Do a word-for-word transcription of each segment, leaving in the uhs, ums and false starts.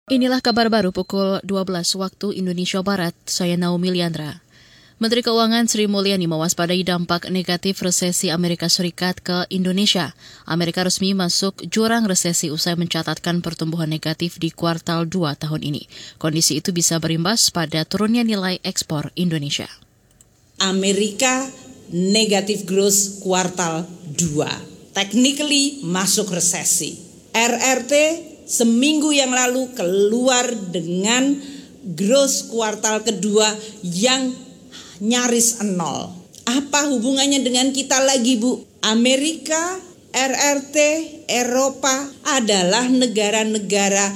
Inilah kabar baru pukul dua belas waktu Indonesia Barat, saya Naomi Liandra. Menteri Keuangan Sri Mulyani mewaspadai dampak negatif resesi Amerika Serikat ke Indonesia. Amerika resmi masuk jurang resesi usai mencatatkan pertumbuhan negatif di kuartal dua tahun ini. Kondisi itu bisa berimbas pada turunnya nilai ekspor Indonesia. Amerika negatif growth kuartal dua, technically masuk resesi. R R T seminggu yang lalu keluar dengan growth kuartal kedua yang nyaris nol. Apa hubungannya dengan kita lagi, Bu? Amerika, R R T, Eropa adalah negara-negara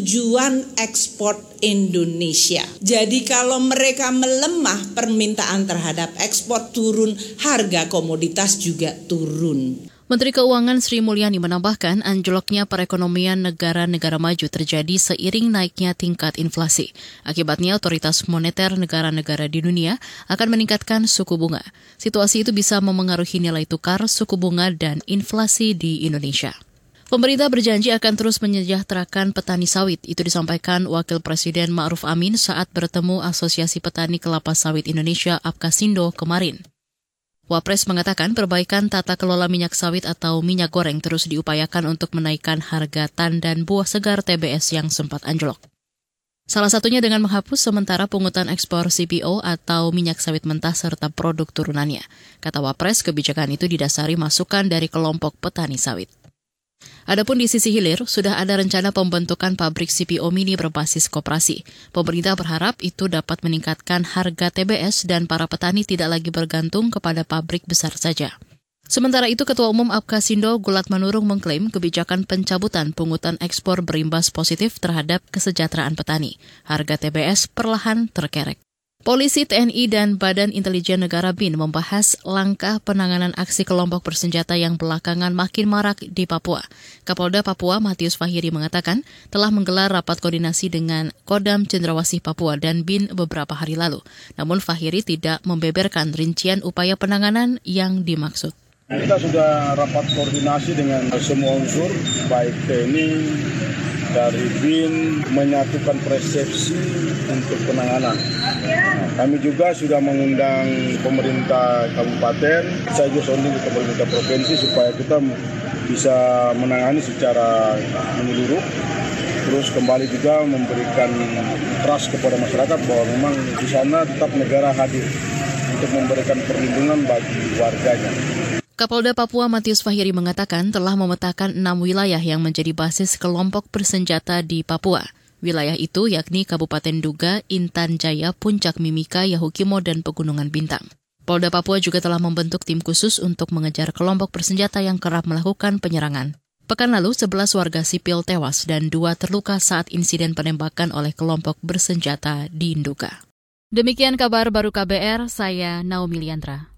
tujuan ekspor Indonesia. Jadi kalau mereka melemah, permintaan terhadap ekspor turun, harga komoditas juga turun. Menteri Keuangan Sri Mulyani menambahkan anjloknya perekonomian negara-negara maju terjadi seiring naiknya tingkat inflasi. Akibatnya otoritas moneter negara-negara di dunia akan meningkatkan suku bunga. Situasi itu bisa memengaruhi nilai tukar, suku bunga, dan inflasi di Indonesia. Pemerintah berjanji akan terus menyejahterakan petani sawit. Itu disampaikan Wakil Presiden Ma'ruf Amin saat bertemu Asosiasi Petani Kelapa Sawit Indonesia Apkasindo kemarin. Wapres mengatakan perbaikan tata kelola minyak sawit atau minyak goreng terus diupayakan untuk menaikkan harga tandan buah segar T B S yang sempat anjlok. Salah satunya dengan menghapus sementara pungutan ekspor C P O atau minyak sawit mentah serta produk turunannya. Kata Wapres, kebijakan itu didasari masukan dari kelompok petani sawit. Adapun di sisi hilir, sudah ada rencana pembentukan pabrik C P O mini berbasis koperasi. Pemerintah berharap itu dapat meningkatkan harga T B S dan para petani tidak lagi bergantung kepada pabrik besar saja. Sementara itu, Ketua Umum Apkasindo Gulat Manurung mengklaim kebijakan pencabutan pungutan ekspor berimbas positif terhadap kesejahteraan petani. Harga T B S perlahan terkerek. Polisi, T N I, dan Badan Intelijen Negara B I N membahas langkah penanganan aksi kelompok bersenjata yang belakangan makin marak di Papua. Kapolda Papua Matius Fahiri mengatakan telah menggelar rapat koordinasi dengan Kodam Cendrawasih Papua dan B I N beberapa hari lalu. Namun Fahiri tidak membeberkan rincian upaya penanganan yang dimaksud. Kita sudah rapat koordinasi dengan semua unsur, baik T N I, dari B I N, menyatukan persepsi untuk penanganan. Nah, kami juga sudah mengundang pemerintah kabupaten, saya juga sonding ke pemerintah provinsi supaya kita bisa menangani secara menyeluruh. Terus kembali juga memberikan trust kepada masyarakat bahwa memang di sana tetap negara hadir untuk memberikan perlindungan bagi warganya. Kapolda Papua Matius Fahiri mengatakan telah memetakan enam wilayah yang menjadi basis kelompok bersenjata di Papua. Wilayah itu yakni Kabupaten Duga, Intan Jaya, Puncak Mimika, Yahukimo, dan Pegunungan Bintang. Polda Papua juga telah membentuk tim khusus untuk mengejar kelompok bersenjata yang kerap melakukan penyerangan. Pekan lalu, sebelas warga sipil tewas dan dua terluka saat insiden penembakan oleh kelompok bersenjata di Nduga. Demikian kabar baru K B R, saya Naomi Liandra.